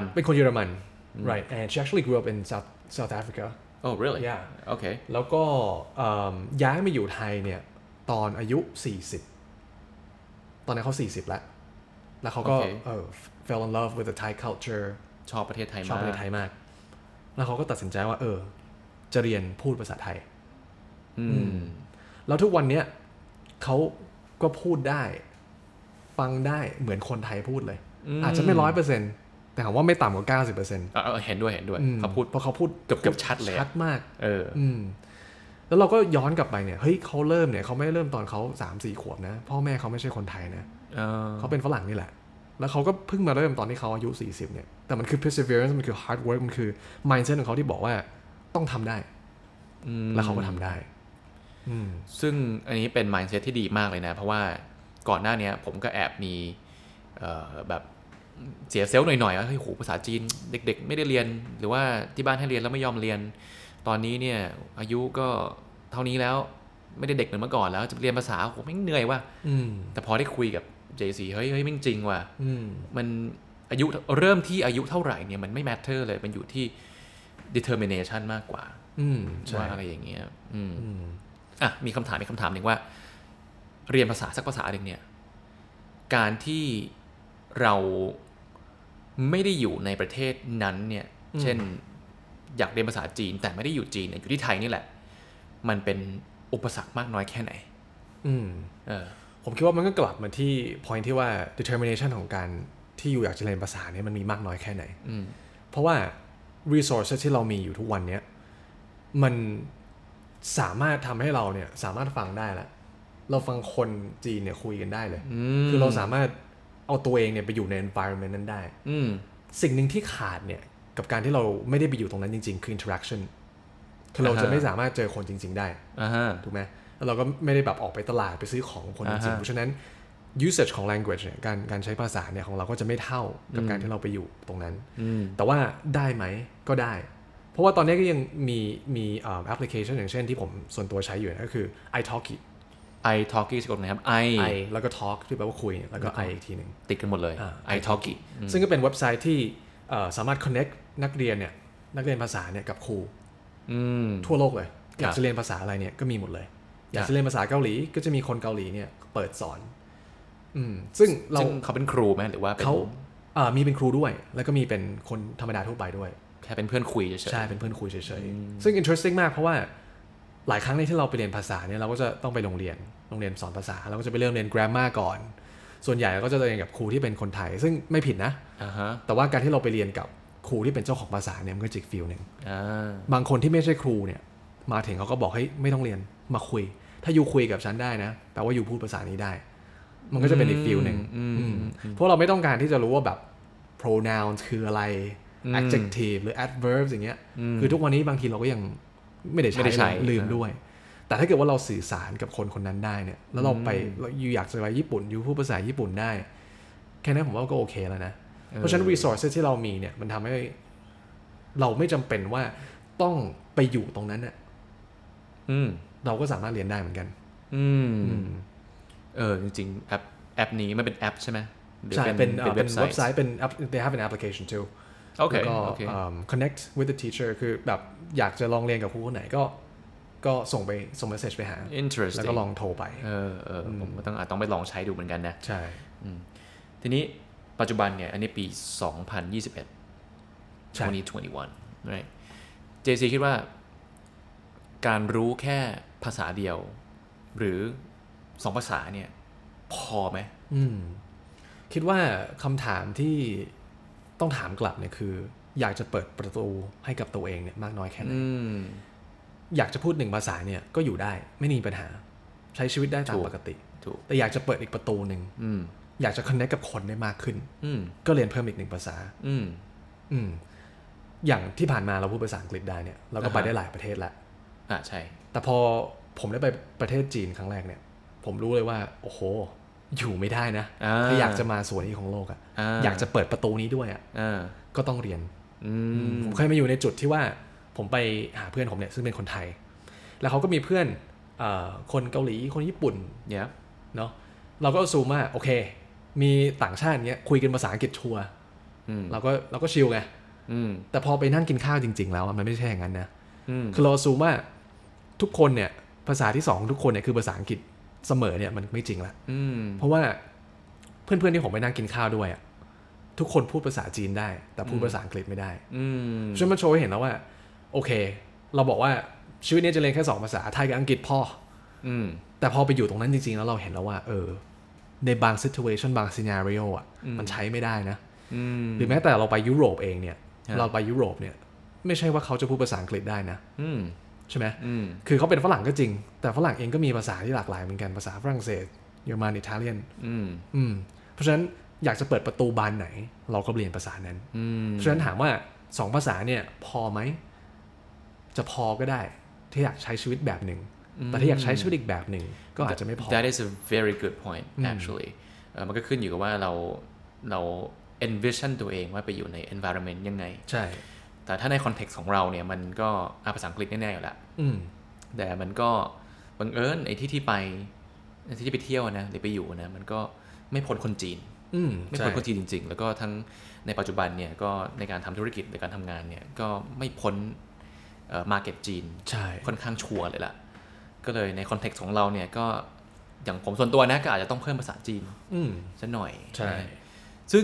right and she actually grew up in South Africa oh really yeah okay แล้วก็ย้ายมาอยู่ไทยเนี่ยตอนอายุ40ตอนนั้นเขา40แล้วเขาก็fell in love with the Thai culture ชอบประเทศไทยมากแล้วเขาก็ตัดสินใจว่าจะเรียนพูดภาษาไทยแล้วทุกวันเนี้ยเขาก็พูดได้ฟังได้เหมือนคนไทยพูดเลยอาจจะไม่ 100%แต่ผมว่าไม่ต่ำกว่า 90% เห็นด้วยเขาพูดเพราะเขาพูดเกือบชัดเลยชัดมากแล้วเราก็ย้อนกลับไปเนี่ยเฮ้ยเขาเริ่มเนี่ยเขาไม่เริ่มตอนเขา 3-4 ขวบนะพ่อแม่เขาไม่ใช่คนไทยนะเขาเป็นฝรั่งนี่แหละแล้วเขาก็เพิ่งมาเริ่มตอนที่เขาอายุ40เนี่ยแต่มันคือ perseverance มันคือ hard work มันคือ mindset ของเขาที่บอกว่าต้องทำได้แล้วเขาก็ทำได้ซึ่งอันนี้เป็น mindset ที่ดีมากเลยนะเพราะว่าก่อนหน้านี้ผมก็แอบมีแบบเสียเซลล์หน่อยๆว่าเฮ้ยโหภาษาจีนเด็กๆไม่ได้เรียนหรือว่าที่บ้านให้เรียนแล้วไม่ยอมเรียนตอนนี้เนี่ยอายุก็เท่านี้แล้วไม่ได้เด็กเหมือนเมื่อก่อนแล้วจะเรียนภาษาโหไม่เหนื่อยว่ะแต่พอได้คุยกับ JC เฮ้ยไม่จริงว่ะมันอายุเริ่มที่อายุเท่าไหร่เนี่ยมันไม่ matter เลยมันอยู่ที่ determination มากกว่าว่าอะไรอย่างเงี้ยมีคำถามหนึ่งว่าเรียนภาษาสักภาษาหนึ่งเนี่ยการที่เราไม่ได้อยู่ในประเทศนั้นเนี่ยเช่นอยากเรียนภาษาจีนแต่ไม่ได้อยู่จีนอยู่ที่ไทยนี่แหละมันเป็นอุปสรรคมากน้อยแค่ไหนผมคิดว่ามันก็กลับมาที่ point ที่ว่า determination ของการที่อยู่อยากจะเรียนภาษาเนี่ยมันมีมากน้อยแค่ไหนเพราะว่า resources ที่เรามีอยู่ทุกวันเนี้ยมันสามารถทำให้เราเนี่ยสามารถฟังได้แล้วเราฟังคนจีนเนี่ยคุยกันได้เลยคือเราสามารถเอาตัวเองเนี่ยไปอยู่ใน environment นั้นได้สิ่งหนึ่งที่ขาดเนี่ยกับการที่เราไม่ได้ไปอยู่ตรงนั้นจริงๆคือ interaction คือเราจะไม่สามารถเจอคนจริงๆได้ถูกไหมแล้วเราก็ไม่ได้แบบออกไปตลาดไปซื้อของคนจริงๆเพราะฉะนั้น usage ของ language เนี่ยการใช้ภาษาเนี่ยของเราก็จะไม่เท่ากับการที่เราไปอยู่ตรงนั้นแต่ว่าได้ไหมก็ได้เพราะว่าตอนนี้ก็ยังมีแอปพลิเคชันอย่างเช่นที่ผมส่วนตัวใช้อยู่ก็คือ iTalki สะกดนะครับ I แล้วก็ talk ที่แปลว่าคุยแล้วก็ I อีกทีหนึ่งติดกันหมดเลย iTalki ซึ่งก็เป็นเว็บไซต์ที่สามารถ connect นักเรียนภาษาเนี่ยกับครูทั่วโลกเลยอยากจะเรียนภาษาอะไรเนี่ยก็มีหมดเลยอยากจะเรียนภาษาเกาหลีก็จะมีคนเกาหลีเนี่ยเปิดสอนซึ่งเขาเป็นครูไหมหรือว่าเขามีเป็นครูด้วยแล้วก็มีเป็นคนธรรมดาทั่วไปด้วยแค่เป็นเพื่อนคุยเฉยๆใช่เป็นเพื่อนคุยเฉยๆซึ่ง interesting มากเพราะว่าหลายครั้งที่เราไปเรียนภาษาเนี่ยเราก็จะต้องไปโรงเรียนสอนภาษาเราก็จะไปเริ่มเรียน grammar ก่อนส่วนใหญ่เราก็จะเรียนกับครูที่เป็นคนไทยซึ่งไม่ผิดนะแต่ว่าการที่เราไปเรียนกับครูที่เป็นเจ้าของภาษาเนี่ยมันก็จิกฟีลนึงบางคนที่ไม่ใช่ครูเนี่ยมาถึงเขาก็บอกเฮ้ยไม่ต้องเรียนมาคุยถ้าอยู่คุยกับฉันได้นะแปลว่าอยู่พูดภาษานี้ได้มันก็จะเป็นอีกฟีลหนึ่งเพราะเราไม่ต้องการที่จะรู้ว่าแบบ pronouns คืออะไร adjective หรือ adverbs อย่างเงี้ยคือทุกวันนี้บางทีเราก็ยังไม่ได้ใช้ลืมด้วยแต่ถ้าเกิดว่าเราสื่อสารกับคนคนนั้นได้เนี่ยแล้วเราอยู่อยากจะไปญี่ปุ่นอยู่พูดภาษาญี่ปุ่นได้แค่นั้นผมว่าก็โอเคแล้วนะเพราะฉะนั้น resources ที่เรามีเนี่ยมันทำให้เราไม่จำเป็นว่าต้องไปอยู่ตรงนั้นเนี่ยเราก็สามารถเรียนได้เหมือนกันจริงๆแอปนี้มันเป็นแอปใช่ไหมใช่เป็นเว็บไซต์เป็น they have an application too แล้วก็ connect with the teacher คือแบบอยากจะลองเรียนกับครูคนไหนก็ส่งเมสเซจไปหา Interesting แล้วก็ลองโทรไปผมก็ต้องไปลองใช้ดูเหมือนกันนะใช่ทีนี้ปัจจุบันเนี่ยอันนี้ปี 2021 2021 right JC คิดว่าการรู้แค่ภาษาเดียวหรือ2ภาษาเนี่ยพอไหมคิดว่าคำถามที่ต้องถามกลับเนี่ยคืออยากจะเปิดประตูให้กับตัวเองเนี่ยมากน้อยแค่ไหนอยากจะพูด1ภาษาเนี่ยก็อยู่ได้ไม่มีปัญหาใช้ชีวิตได้ตามปกติแต่อยากจะเปิดอีกประตูหนึ่งอยากจะ connect กับคนได้มากขึ้นก็เรียนเพิ่มอีก1ภาษาอย่างที่ผ่านมาเราพูดภาษาอังกฤษได้เนี่ยเราก็ไปได้หลายประเทศแล้วใช่แต่พอผมได้ไปประเทศจีนครั้งแรกเนี่ยผมรู้เลยว่าโอ้โหอยู่ไม่ได้นะถ้าอยากจะมาส่วนนี้ของโลกอยากจะเปิดประตูนี้ด้วยก็ต้องเรียนผมเคยมาอยู่ในจุดที่ว่าผมไปหาเพื่อนผมเนี่ยซึ่งเป็นคนไทยแล้วเขาก็มีเพื่อนคนเกาหลีคนญี่ปุ่นเนาะเราก็ซูมว่าโอเคมีต่างชาติเนี้ยคุยกันภาษาอังกฤษชัวร์เราก็ชิลไงแต่พอไปนั่งกินข้าวจริงๆแล้วมันไม่ใช่อย่างนั้นนะคือเราซูมว่าทุกคนเนี่ยภาษาที่2ทุกคนเนี่ยคือภาษาอังกฤษเสมอเนี่ยมันไม่จริงละเพราะว่าเพื่อนๆที่ผมไปนั่งกินข้าวด้วยทุกคนพูดภาษาจีนได้แต่พูดภาษาอังกฤษไม่ได้ฉะนั้นมันโชว์ให้เห็นแล้วว่าโอเคเราบอกว่าชีวิตนี้จะเรียนแค่2ภาษาไทยกับอังกฤษพอแต่พอไปอยู่ตรงนั้นจริงๆแล้วเราเห็นแล้วว่าในบาง situation บาง scenario มันใช้ไม่ได้นะหรือแม้แต่เราไปยุโรปเองเนี่ยเราไปยุโรปเนี่ยไม่ใช่ว่าเขาจะพูดภาษาอังกฤษได้นะใช่ไหมคือเขาเป็นฝรั่งก็จริงแต่ฝรั่งเองก็มีภาษาที่หลากหลายเหมือนกันภาษาฝรั่งเศสเยอรมันอิตาเลียนเพราะฉะนั้นอยากจะเปิดประตูบานไหนเราก็เรียนภาษานั้นเพราะฉะนั้นถามว่า2ภาษาเนี่ยพอไหมจะพอก็ได้ที่อยากใช้ชีวิตแบบหนึ่งแต่ถ้าอยากใช้ชีวิตอีกแบบหนึ่งก็อาจจะไม่พอ That is a very good point actually มันก็ขึ้นอยู่กับว่าเรา envision ตัวเองว่าไปอยู่ใน environment ยังไงใช่แต่ถ้าในคอนเท็กซ์ของเราเนี่ยมันก็ภาษาอังกฤษแน่ๆอยู่แล้วแต่มันก็บังเอิญไอ้ที่ไปที่ไปเที่ยวนะหรือไปอยู่นะมันก็ไม่พ้นคนจีนไม่พ้นคนจีนจริงๆแล้วก็ทั้งในปัจจุบันเนี่ยก็ในการทำธุรกิจในการทำงานเนี่ยก็ไม่พ้นมาร์เก็ตจีนค่อนข้างชัวร์เลยล่ะก็เลยในคอนเท็กซ์ของเราเนี่ยก็อย่างผมส่วนตัวนะก็อาจจะต้องเพิ่มภาษาจีนสักหน่อยใช่ซึ่ง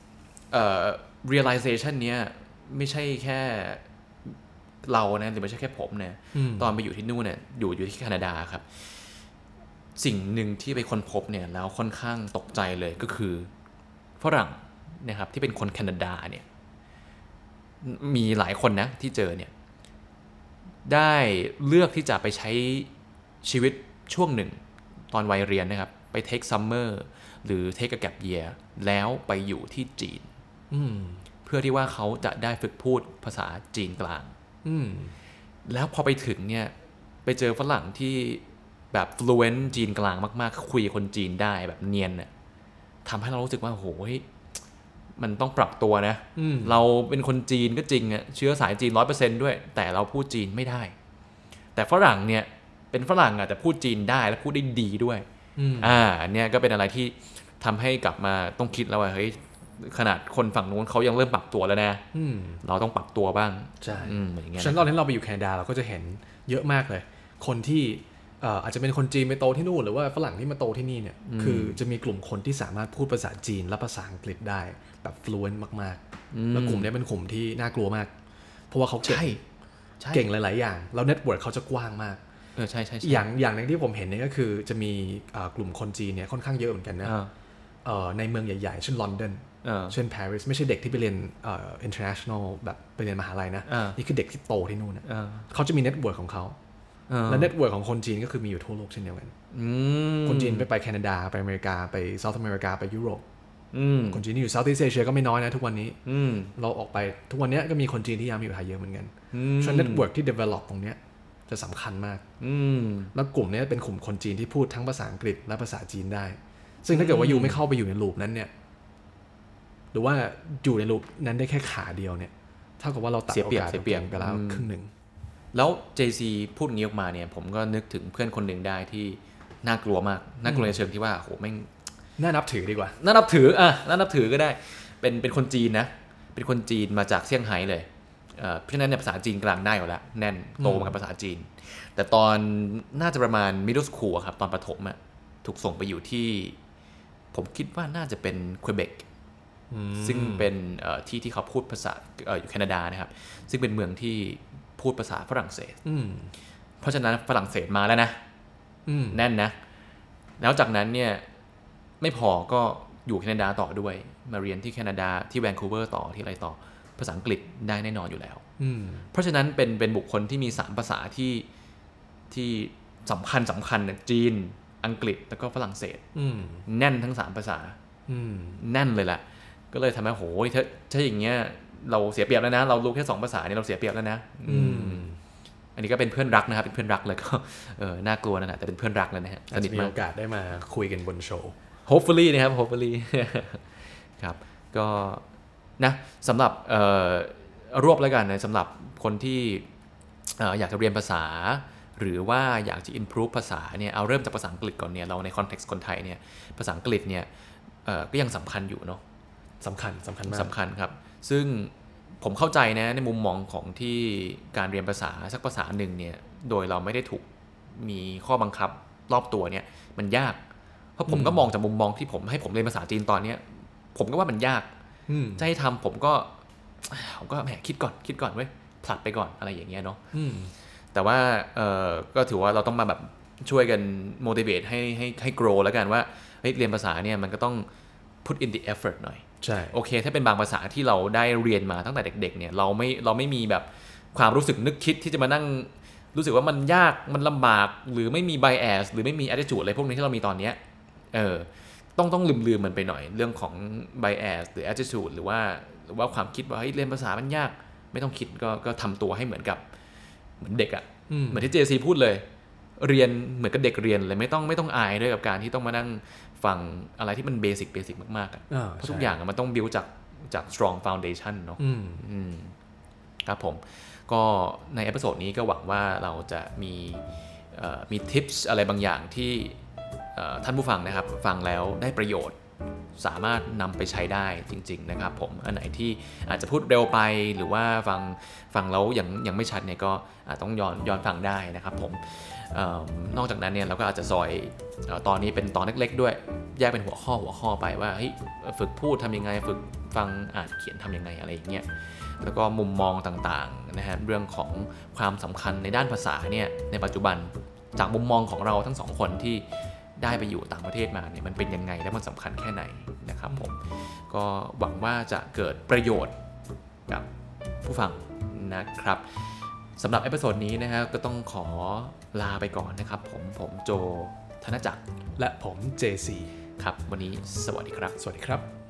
realization เนี้ยไม่ใช่แค่เรานะหรือไม่ใช่แค่ผมนะตอนไปอยู่ที่นู่นเนี่ยอยู่ที่แคนาดาครับสิ่งหนึ่งที่ไปค้นพบเนี่ยแล้วค่อนข้างตกใจเลยก็คือฝรั่งนะครับที่เป็นคนแคนาดาเนี่ยมีหลายคนนะที่เจอเนี่ยได้เลือกที่จะไปใช้ชีวิตช่วงหนึ่งตอนวัยเรียนนะครับไปเทคซัมเมอร์หรือเทคแกปเยียร์แล้วไปอยู่ที่จีนเพื่อที่ว่าเขาจะได้ฝึกพูดภาษาจีนกลางแล้วพอไปถึงเนี่ยไปเจอฝรั่งที่แบบ fluent จีนกลางมากๆคุยกับคนจีนได้แบบเนียนน่ะทำให้เรารู้สึกว่าโหยมันต้องปรับตัวนะเราเป็นคนจีนก็จริงอ่ะเชื้อสายจีน 100% ด้วยแต่เราพูดจีนไม่ได้แต่ฝรั่งเนี่ยเป็นฝรั่งอ่ะแต่พูดจีนได้และพูดได้ดีด้วยเนี่ยก็เป็นอะไรที่ทำให้กลับมาต้องคิดแล้วว่าเฮ้ยขนาดคนฝั่งนู้นเขายังเริ่มปรับตัวแล้วนะเราต้องปรับตัวบ้างใช่อย่างเงี้ยฉะนั้นตอนนี้เราไปอยู่แคนาดาเราก็จะเห็นเยอะมากเลยคนที่อาจจะเป็นคนจีนไปโตที่นู่นหรือว่าฝรั่งที่มาโตที่นี่เนี่ยคือจะมีกลุ่มคนที่สามารถพูดภาษาจีนและภาษาอังกฤษได้แบบ fluent มากๆแล้วกลุ่มนี้เป็นกลุ่มที่น่ากลัวมากเพราะว่าเขาเก่งหลายๆอย่างแล้วเน็ตเวิร์คเขาจะกว้างมากใช่อย่างนึงที่ผมเห็นเนี่ยก็คือจะมีกลุ่มคนจีนเนี่ยค่อนข้างเยอะเหมือนกันนะในเมืองใหญ่ๆเช่นลอนดอนเช่นปารีสไม่ใช่เด็กที่ไปเรียนinternational แบบไปเรียนมหาลัยนะนี่คือเด็กที่โตที่นู่นเขาจะมีเน็ตเวิร์คของเขาและเน็ตเวิร์กของคนจีนก็คือมีอยู่ทั่วโลกเช่นเดียวกันคนจีนไปแคนาดาไปอเมริกาไปเซาท์อเมริกาไปยุโรปคนจีนที่อยู่เซาท์อีสต์เอเชียก็ไม่น้อยนะทุกวันนี้เราออกไปทุกวันนี้ก็มีคนจีนที่ย้ายมาอยู่ไทยเยอะเหมือนกันฉะนั้นเน็ตเวิร์กที่ develop ตรงเนี้ยจะสำคัญมากแล้วกลุ่มนี้เป็นกลุ่มคนจีนที่พูดทั้งภาษาอังกฤษและภาษาจีนได้ซึ่งถ้าเกิดว่ายูไม่เข้าไปอยู่ในลูปนั้นเนี่ยหรือว่าอยู่ในลูปนั้นได้แค่ขาเดียวเนี่ยเท่ากับว่าเราตัดโอกาสไปแล้วครึ่งหนึ่งแล้ว JC พูดงี้ออกมาเนี่ยผมก็นึกถึงเพื่อนคนหนึ่งได้ที่น่ากลัวมากน่ากลัวในเชิงที่ว่าโหแม่งน่านับถือดีกว่าน่านับถือน่านับถือก็ได้เป็นคนจีนนะเป็นคนจีนมาจากเซี่ยงไฮ้เลยเพราะฉะนั้นเนี่ยภาษาจีนกลางได้อยู่แล้วแน่นโตมากับภาษาจีนแต่ตอนน่าจะประมาณ middle school ครับตอนประถมถูกส่งไปอยู่ที่ผมคิดว่าน่าจะเป็นควิเบกซึ่งเป็นที่เขาพูดภาษาอยู่แคนาดานะครับซึ่งเป็นเมืองที่พูดภาษาฝรั่งเศสเพราะฉะนั้นฝรั่งเศสมาแล้วนะแน่นนะแล้วจากนั้นเนี่ยไม่พอก็อยู่แคนาดาต่อด้วยมาเรียนที่แคนาดาที่แวนคูเวอร์ต่อที่อะไรต่อภาษาอังกฤษได้แน่นอนอยู่แล้วเพราะฉะนั้นเป็นบุคคลที่มี3ภาษาที่สำคัญจีนอังกฤษแล้วก็ฝรั่งเศสแน่นทั้ง3ภาษาแน่นเลยแหละก็เลยทำให้โหถ้าอย่างเงี้ยเราเสียเปรียบแล้วนะเรารู้แค่2ภาษานี่เราเสียเปรียบแล้วนะอันนี้ก็เป็นเพื่อนรักนะครับเป็นเพื่อนรักเลยก็น่ากลัวนะแต่เป็นเพื่อนรักเลยนะฮะสนิทมีโอกาสได้มาคุยกันบนโชว์ hopefully นะครับ hopefully ครับก็นะสำหรับรวบแล้วกันนะสำหรับคนที่อยากจะเรียนภาษาหรือว่าอยากจะ improve ภาษาเนี่ยเอาเริ่มจากภาษาอังกฤษก่อนเนี่ยเราใน context คนไทยเนี่ยภาษาอังกฤษเนี่ยก็ยังสำคัญอยู่เนาะสำคัญมากสำคัญครับซึ่งผมเข้าใจนะในมุมมองของที่การเรียนภาษาสักภาษาหนึ่งเนี่ยโดยเราไม่ได้ถูกมีข้อบังคับรอบตัวเนี่ยมันยากเพราะผมก็มองจากมุมมองที่ผมเรียนภาษาจีนตอนนี้ผมก็ว่ามันยากจะให้ทำผมก็แหมคิดก่อนเว้ยผลัดไปก่อนอะไรอย่างเงี้ยเนาะแต่ว่าก็ถือว่าเราต้องมาแบบช่วยกัน motivate ให้ grow แล้วกันว่าเรียนภาษาเนี่ยมันก็ต้อง put in the effort หน่อยใช่โอเคถ้าเป็นบางภาษาที่เราได้เรียนมาตั้งแต่เด็กๆเนี่ยเราไม่มีแบบความรู้สึกนึกคิดที่จะมานั่งรู้สึกว่ามันยากมันลำบากหรือไม่มี bias หรือไม่มี attitude อะไรพวกนี้ที่เรามีตอนนี้ต้องลืมมันไปหน่อยเรื่องของ bias หรือ attitude หรือว่าความคิดว่าเรียนภาษามันยากไม่ต้องคิดก็ทำตัวให้เหมือนเด็กเหมือนที่ JC พูดเลยเรียนเหมือนกับเด็กเรียนเลยไม่ต้องอายด้วยกับการที่ต้องมานั่งฟังอะไรที่มันเบสิกมากๆเพราะทุกอย่างมันต้อง build จาก strong foundation เนาะครับผมก็ในเอพิโซดนี้ก็หวังว่าเราจะมีทิปส์อะไรบางอย่างที่ท่านผู้ฟังนะครับฟังแล้วได้ประโยชน์สามารถนำไปใช้ได้จริงๆนะครับผมอันไหนที่อาจจะพูดเร็วไปหรือว่าฟังแล้วยังไม่ชัดเนี่ยก็ต้องย้อนฟังได้นะครับผมนอกจากนั้นเนี่ยเราก็อาจจะซอยตอนนี้เป็นตอนเล็กๆด้วยแยกเป็นหัวข้อไปว่าฝึกพูดทำยังไงฝึกฟังอ่านเขียนทำยังไงอะไรอย่างเงี้ยแล้วก็มุมมองต่างๆนะฮะเรื่องของความสำคัญในด้านภาษาเนี่ยในปัจจุบันจากมุมมองของเราทั้งสองคนที่ได้ไปอยู่ต่างประเทศมาเนี่ยมันเป็นยังไงและมันสำคัญแค่ไหนนะครับผมก็หวังว่าจะเกิดประโยชน์กับผู้ฟังนะครับสำหรับเอพิโซดนี้นะครับก็ต้องขอลาไปก่อนนะครับผมโจธนจักรและผม JC ครับวันนี้สวัสดีครับสวัสดีครับ